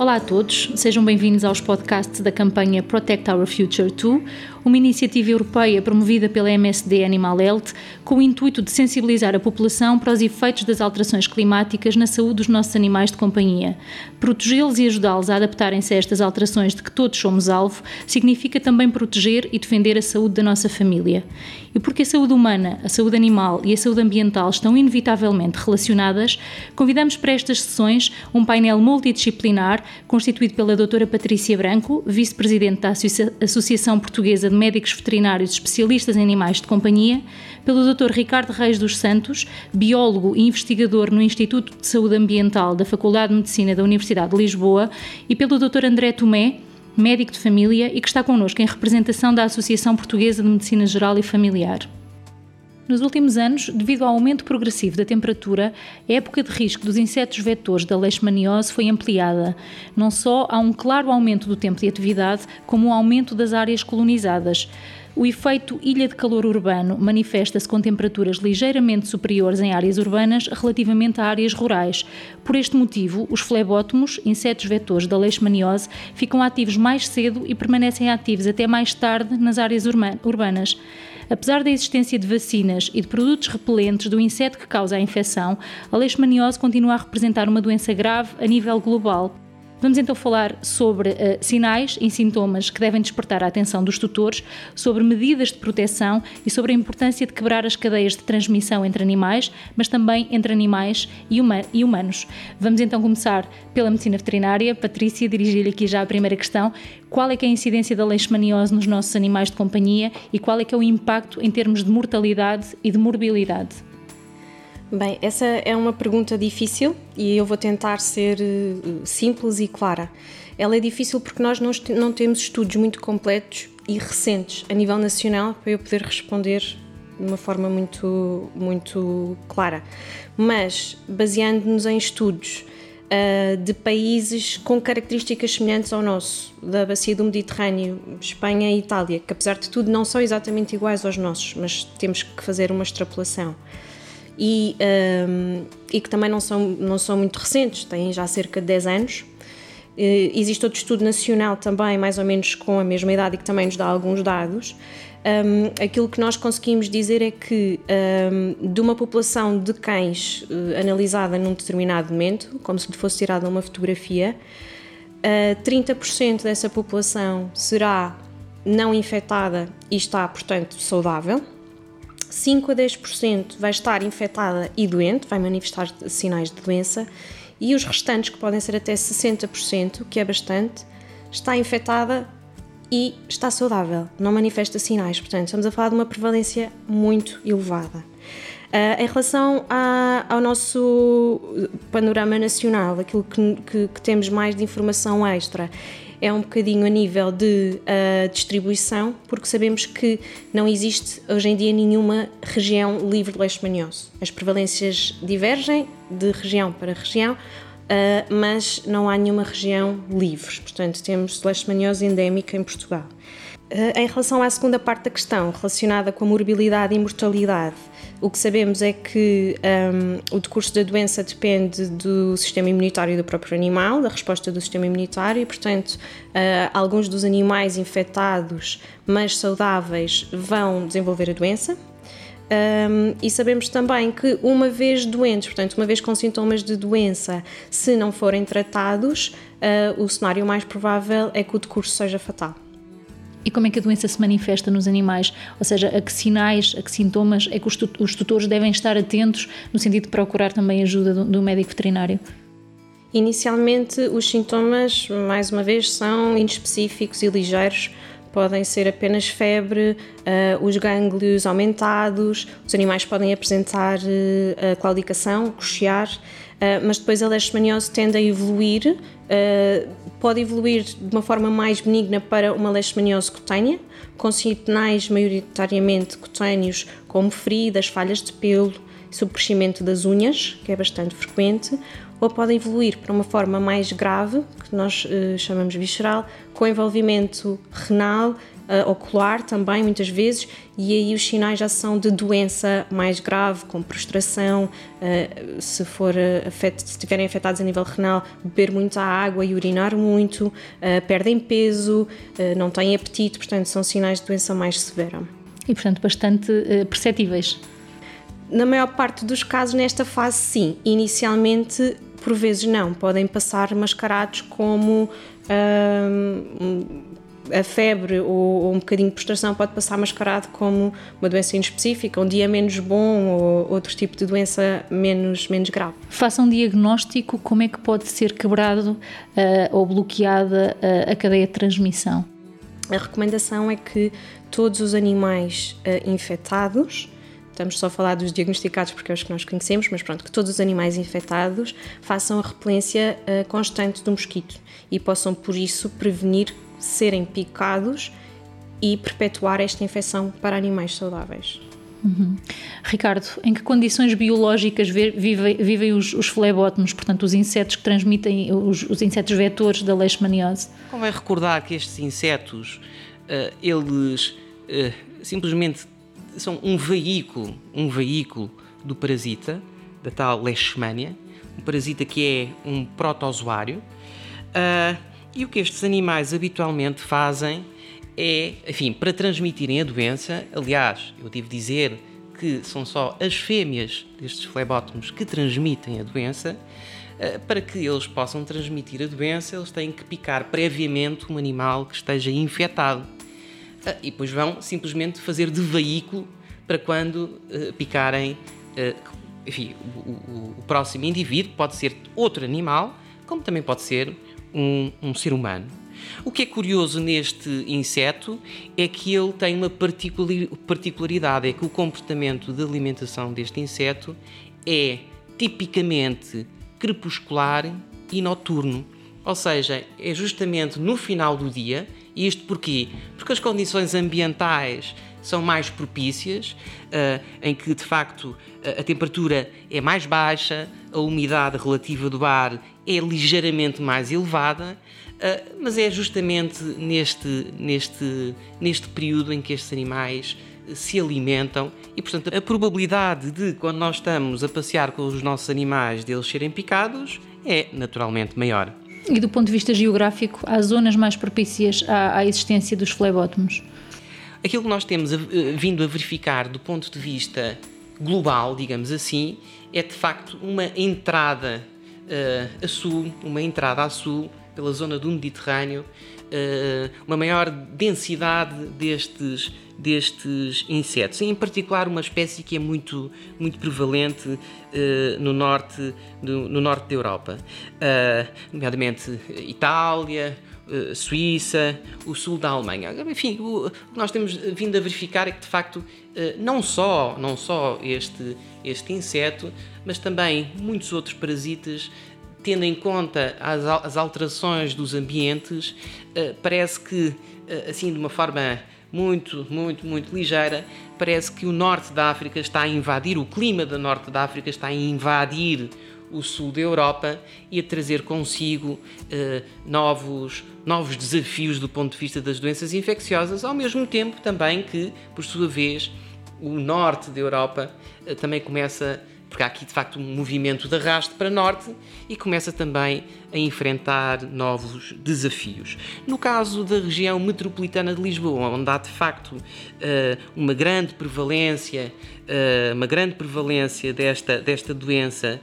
Olá a todos, sejam bem-vindos aos podcasts da campanha Protect Our Future 2, uma iniciativa europeia promovida pela MSD Animal Health com o intuito de sensibilizar a população para os efeitos das alterações climáticas na saúde dos nossos animais de companhia. Protegê-los e ajudá-los a adaptarem-se a estas alterações de que todos somos alvo significa também proteger e defender a saúde da nossa família. E porque a saúde humana, a saúde animal e a saúde ambiental estão inevitavelmente relacionadas, convidamos para estas sessões um painel multidisciplinar constituído pela doutora Patrícia Branco, vice-presidente da Associação Portuguesa de Médicos Veterinários Especialistas em Animais de Companhia, pelo Dr. Ricardo Reis dos Santos, biólogo e investigador no Instituto de Saúde Ambiental da Faculdade de Medicina da Universidade de Lisboa, e pelo Dr. André Tomé, médico de família e que está connosco em representação da Associação Portuguesa de Medicina Geral e Familiar. Nos últimos anos, devido ao aumento progressivo da temperatura, a época de risco dos insetos vetores da leishmaniose foi ampliada. Não só há um claro aumento do tempo de atividade, como um aumento das áreas colonizadas. O efeito ilha de calor urbano manifesta-se com temperaturas ligeiramente superiores em áreas urbanas relativamente a áreas rurais. Por este motivo, os flebótomos, insetos vetores da leishmaniose, ficam ativos mais cedo e permanecem ativos até mais tarde nas áreas urbanas. Apesar da existência de vacinas e de produtos repelentes do inseto que causa a infecção, a leishmaniose continua a representar uma doença grave a nível global. Vamos então falar sobre sinais e sintomas que devem despertar a atenção dos tutores, sobre medidas de proteção e sobre a importância de quebrar as cadeias de transmissão entre animais, mas também entre animais e humanos. Vamos então começar pela medicina veterinária. Patrícia, dirigi-lhe aqui já a primeira questão. Qual é que é a incidência da leishmaniose nos nossos animais de companhia e qual é que é o impacto em termos de mortalidade e de morbilidade? Bem, essa é uma pergunta difícil e eu vou tentar ser simples e clara. Ela é difícil porque nós não temos estudos muito completos e recentes a nível nacional para eu poder responder de uma forma muito clara. Mas, baseando-nos em estudos de países com características semelhantes ao nosso, da bacia do Mediterrâneo, Espanha e Itália, que apesar de tudo não são exatamente iguais aos nossos, mas temos que fazer uma extrapolação. E que também não são muito recentes, têm já cerca de 10 anos. Existe outro estudo nacional também, mais ou menos com a mesma idade, e que também nos dá alguns dados. Aquilo que nós conseguimos dizer é que de uma população de cães analisada num determinado momento, como se lhe fosse tirada uma fotografia, 30% dessa população será não infectada e está, portanto, saudável. 5 a 10% vai estar infectada e doente, vai manifestar sinais de doença, e os restantes, que podem ser até 60%, que é bastante, está infectada e está saudável, não manifesta sinais. Portanto, estamos a falar de uma prevalência muito elevada. Em relação ao nosso panorama nacional, aquilo que temos mais de informação extra é um bocadinho a nível de distribuição, porque sabemos que não existe hoje em dia nenhuma região livre de leishmaniose. As prevalências divergem de região para região, mas não há nenhuma região livre. Portanto, temos leishmaniose endémica em Portugal. Em relação à segunda parte da questão, relacionada com a morbilidade e mortalidade, o que sabemos é que o decurso da doença depende do sistema imunitário do próprio animal, da resposta do sistema imunitário, e, portanto, alguns dos animais infectados, mas saudáveis, vão desenvolver a doença. E sabemos também que uma vez doentes, portanto, uma vez com sintomas de doença, se não forem tratados, o cenário mais provável é que o decurso seja fatal. E como é que a doença se manifesta nos animais? Ou seja, a que sinais, a que sintomas é que os tutores devem estar atentos no sentido de procurar também ajuda do médico veterinário? Inicialmente, os sintomas, mais uma vez, são inespecíficos e ligeiros. Podem ser apenas febre, os gânglios aumentados, os animais podem apresentar claudicação, coxear, mas depois a leishmaniose tende a evoluir, pode evoluir de uma forma mais benigna para uma leishmaniose cutânea, com sinais maioritariamente cutâneos, como feridas, falhas de pelo, subcrescimento das unhas, que é bastante frequente, ou pode evoluir para uma forma mais grave, que nós chamamos visceral, com envolvimento renal ocular também, muitas vezes, e aí os sinais já são de doença mais grave, como prostração, se estiverem afetados a nível renal, beber muita água e urinar muito, perdem peso, não têm apetite, portanto são sinais de doença mais severa. E, portanto, bastante perceptíveis. Na maior parte dos casos, nesta fase, sim. Inicialmente, por vezes não. Podem passar mascarados como a febre ou um bocadinho de prostração pode passar mascarado como uma doença inespecífica, um dia menos bom ou outro tipo de doença menos grave. Faça um diagnóstico, como é que pode ser quebrado ou bloqueada a cadeia de transmissão? A recomendação é que todos os animais infectados, estamos só a falar dos diagnosticados porque é os que nós conhecemos, mas pronto, que todos os animais infectados façam a repelência constante do mosquito e possam, por isso, prevenir serem picados e perpetuar esta infecção para animais saudáveis. Ricardo, em que condições biológicas vivem os flebótomos, portanto os insetos que transmitem, os insetos vetores da leishmaniose? Convém recordar que estes insetos, eles simplesmente são um veículo do parasita, da tal leishmania, um parasita que é um protozoário, e o que estes animais habitualmente fazem é, enfim, para transmitirem a doença, aliás, eu devo dizer que são só as fêmeas destes flebótomos que transmitem a doença, para que eles possam transmitir a doença, eles têm que picar previamente um animal que esteja infectado. E depois vão simplesmente fazer de veículo para quando picarem, enfim, o próximo indivíduo, pode ser outro animal, como também pode ser um ser humano. O que é curioso neste inseto é que ele tem uma particularidade, é que o comportamento de alimentação deste inseto é tipicamente crepuscular e noturno, ou seja, é justamente no final do dia. E isto porquê? Porque as condições ambientais são mais propícias, em que de facto a temperatura é mais baixa, a umidade relativa do ar é ligeiramente mais elevada, mas é justamente neste período em que estes animais se alimentam e, portanto, a probabilidade de, quando nós estamos a passear com os nossos animais, deles serem picados é naturalmente maior. E do ponto de vista geográfico, há zonas mais propícias à existência dos flebótomos? Aquilo que nós temos vindo a verificar do ponto de vista global, digamos assim, é de facto uma entrada a sul, pela zona do Mediterrâneo, uma maior densidade destes insetos, em particular uma espécie que é muito prevalente no norte da Europa, nomeadamente Itália, Suíça, o sul da Alemanha. Enfim, o que nós temos vindo a verificar é que, de facto, não só este inseto, mas também muitos outros parasitas, tendo em conta as alterações dos ambientes, parece que, assim, de uma forma muito ligeira, parece que o norte da África está a invadir, o clima do norte da África está a invadir o sul da Europa e a trazer consigo novos desafios do ponto de vista das doenças infecciosas, ao mesmo tempo também que, por sua vez, o norte da Europa também começa, porque há aqui de facto um movimento de arrasto para norte e começa também a enfrentar novos desafios. No caso da região metropolitana de Lisboa, onde há de facto uma grande prevalência desta doença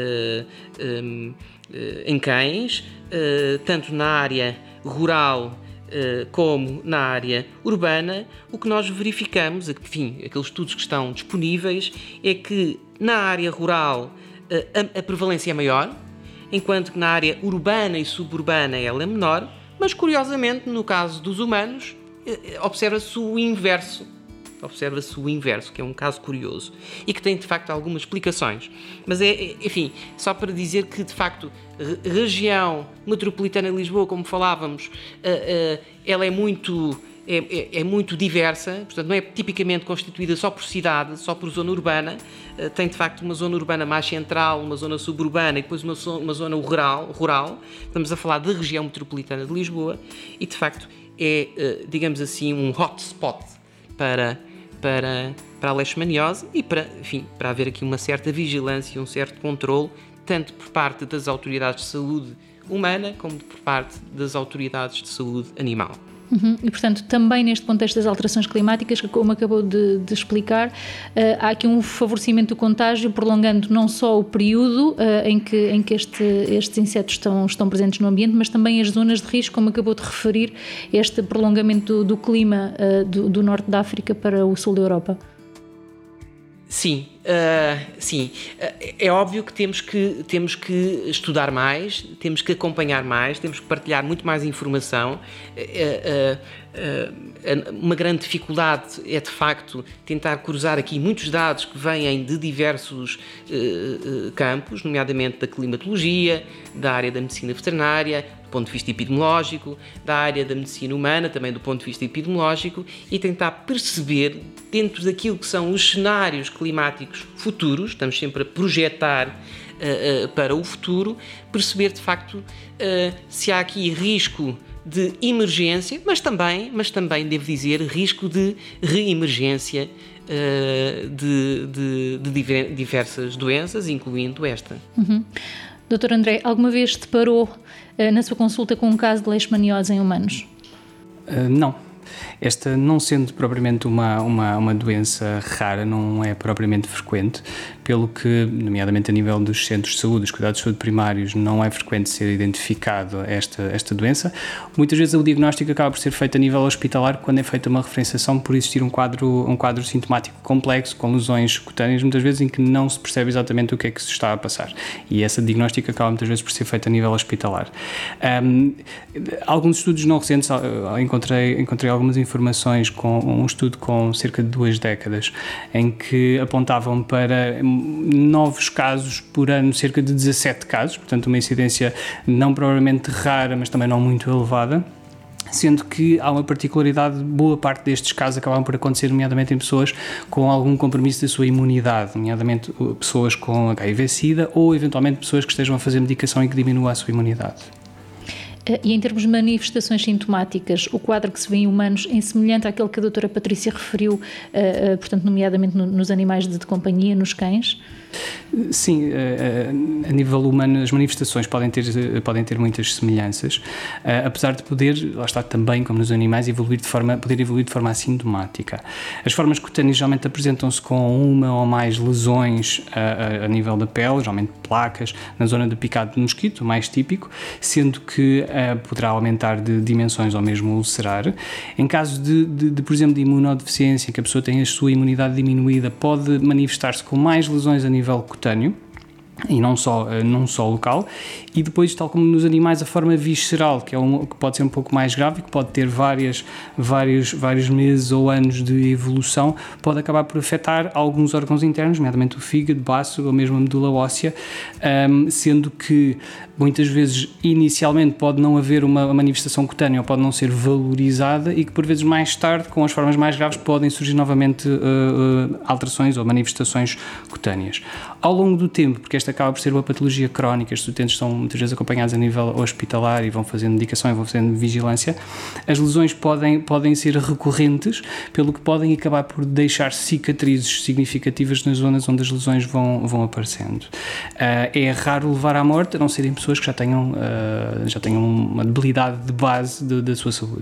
em cães, tanto na área rural como na área urbana, o que nós verificamos, enfim, aqueles estudos que estão disponíveis, é que na área rural a prevalência é maior, enquanto que na área urbana e suburbana ela é menor, mas curiosamente no caso dos humanos observa-se o inverso, que é um caso curioso e que tem de facto algumas explicações, mas enfim, só para dizer que de facto a região metropolitana de Lisboa, como falávamos, ela é muito diversa, portanto não é tipicamente constituída só por cidade, só por zona urbana, tem de facto uma zona urbana mais central, uma zona suburbana e depois uma zona rural, estamos a falar da região metropolitana de Lisboa e de facto é, digamos assim, um hotspot para a leishmaniose e para haver aqui uma certa vigilância, um certo controle, tanto por parte das autoridades de saúde humana como por parte das autoridades de saúde animal. E, portanto, também neste contexto das alterações climáticas, como acabou de explicar, há aqui um favorecimento do contágio, prolongando não só o período em que estes insetos estão presentes no ambiente, mas também as zonas de risco, como acabou de referir, este prolongamento do clima do norte da África para o sul da Europa. Sim. É óbvio que temos que estudar mais, temos que acompanhar mais, temos que partilhar muito mais informação. Uma grande dificuldade é, de facto, tentar cruzar aqui muitos dados que vêm de diversos campos, nomeadamente da climatologia, da área da medicina veterinária, do ponto de vista epidemiológico, da área da medicina humana, também do ponto de vista epidemiológico, e tentar perceber, dentro daquilo que são os cenários climáticos futuros, estamos sempre a projetar para o futuro, perceber de facto se há aqui risco de emergência, mas também devo dizer, risco de reemergência de diversas doenças, incluindo esta. Dr. André, alguma vez deparou na sua consulta com um caso de leishmaniose em humanos? Não. Esta, não sendo propriamente uma doença rara, não é propriamente frequente, pelo que, nomeadamente a nível dos centros de saúde, dos cuidados de saúde primários, não é frequente ser identificado esta doença. Muitas vezes o diagnóstico acaba por ser feito a nível hospitalar quando é feita uma referenciação por existir um quadro sintomático complexo, com lesões cutâneas, muitas vezes em que não se percebe exatamente o que é que se está a passar. E essa diagnóstica acaba muitas vezes por ser feita a nível hospitalar. Alguns estudos não recentes, encontrei algumas informações com um estudo com cerca de 2 décadas, em que apontavam para novos casos por ano, cerca de 17 casos, portanto uma incidência não provavelmente rara, mas também não muito elevada, sendo que há uma particularidade, boa parte destes casos acabavam por acontecer nomeadamente em pessoas com algum compromisso da sua imunidade, nomeadamente pessoas com HIV/SIDA ou eventualmente pessoas que estejam a fazer medicação e que diminua a sua imunidade. E em termos de manifestações sintomáticas, o quadro que se vê em humanos é semelhante àquele que a doutora Patrícia referiu, portanto, nomeadamente nos animais de companhia, nos cães? Sim, a nível humano as manifestações podem ter muitas semelhanças, apesar de poder, lá está também como nos animais, poder evoluir de forma assintomática. As formas cutâneas geralmente apresentam-se com uma ou mais lesões a nível da pele, geralmente placas, na zona do picado de mosquito, o mais típico, sendo que poderá aumentar de dimensões ou mesmo ulcerar. Em caso de, por exemplo, de imunodeficiência, que a pessoa tem a sua imunidade diminuída, pode manifestar-se com mais lesões a nível cutâneo, e não só local, e depois, tal como nos animais, a forma visceral, que pode ser um pouco mais grave, que pode ter vários meses ou anos de evolução, pode acabar por afetar alguns órgãos internos, nomeadamente o fígado, baço ou mesmo a medula óssea, sendo que muitas vezes inicialmente pode não haver uma manifestação cutânea ou pode não ser valorizada e que por vezes mais tarde, com as formas mais graves, podem surgir novamente alterações ou manifestações cutâneas. Ao longo do tempo, porque esta acaba por ser uma patologia crónica, os utentes são muitas vezes acompanhados a nível hospitalar e vão fazendo medicação e vão fazendo vigilância, as lesões podem ser recorrentes, pelo que podem acabar por deixar cicatrizes significativas nas zonas onde as lesões vão aparecendo. É raro levar à morte, a não serem pessoas que já tenham uma debilidade de base da sua saúde.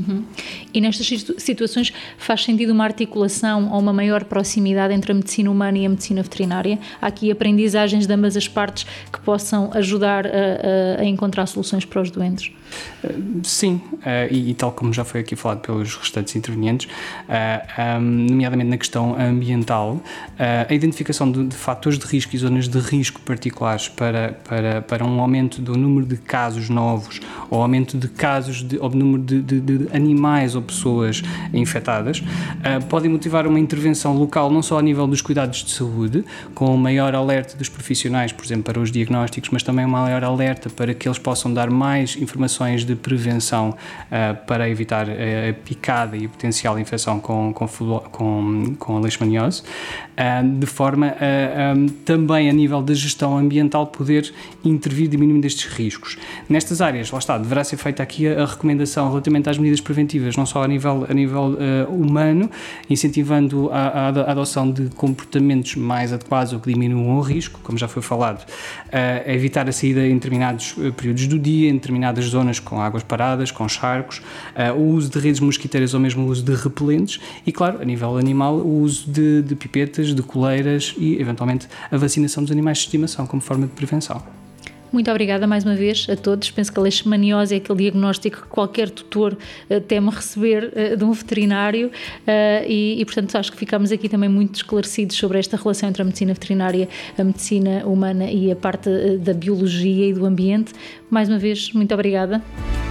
E nestas situações faz sentido uma articulação ou uma maior proximidade entre a medicina humana e a medicina veterinária? Há aqui aprendizagens de ambas as partes que possam ajudar a encontrar soluções para os doentes? Sim, e tal como já foi aqui falado pelos restantes intervenientes, nomeadamente na questão ambiental, a identificação de fatores de risco e zonas de risco particulares para um aumento do número de casos novos ou aumento de casos ou número de animais ou pessoas infectadas, podem motivar uma intervenção local não só a nível dos cuidados de saúde, com um maior alerta dos profissionais, por exemplo, para os diagnósticos, mas também um maior alerta para que eles possam dar mais informações ações de prevenção para evitar a picada e a potencial infecção com a leishmaniose, de forma a também a nível da gestão ambiental poder intervir diminuindo estes riscos. Nestas áreas, lá está, deverá ser feita aqui a recomendação relativamente às medidas preventivas, não só a nível humano, incentivando a adoção de comportamentos mais adequados ou que diminuam o risco, como já foi falado, a evitar a saída em determinados períodos do dia, em determinadas zonas com águas paradas, com charcos, o uso de redes mosquiteiras ou mesmo o uso de repelentes e, claro, a nível animal, o uso de pipetas, de coleiras e, eventualmente, a vacinação dos animais de estimação como forma de prevenção. Muito obrigada mais uma vez a todos. Penso que a leishmaniose é aquele diagnóstico que qualquer tutor teme receber de um veterinário e, portanto, acho que ficamos aqui também muito esclarecidos sobre esta relação entre a medicina veterinária, a medicina humana e a parte da biologia e do ambiente. Mais uma vez, muito obrigada.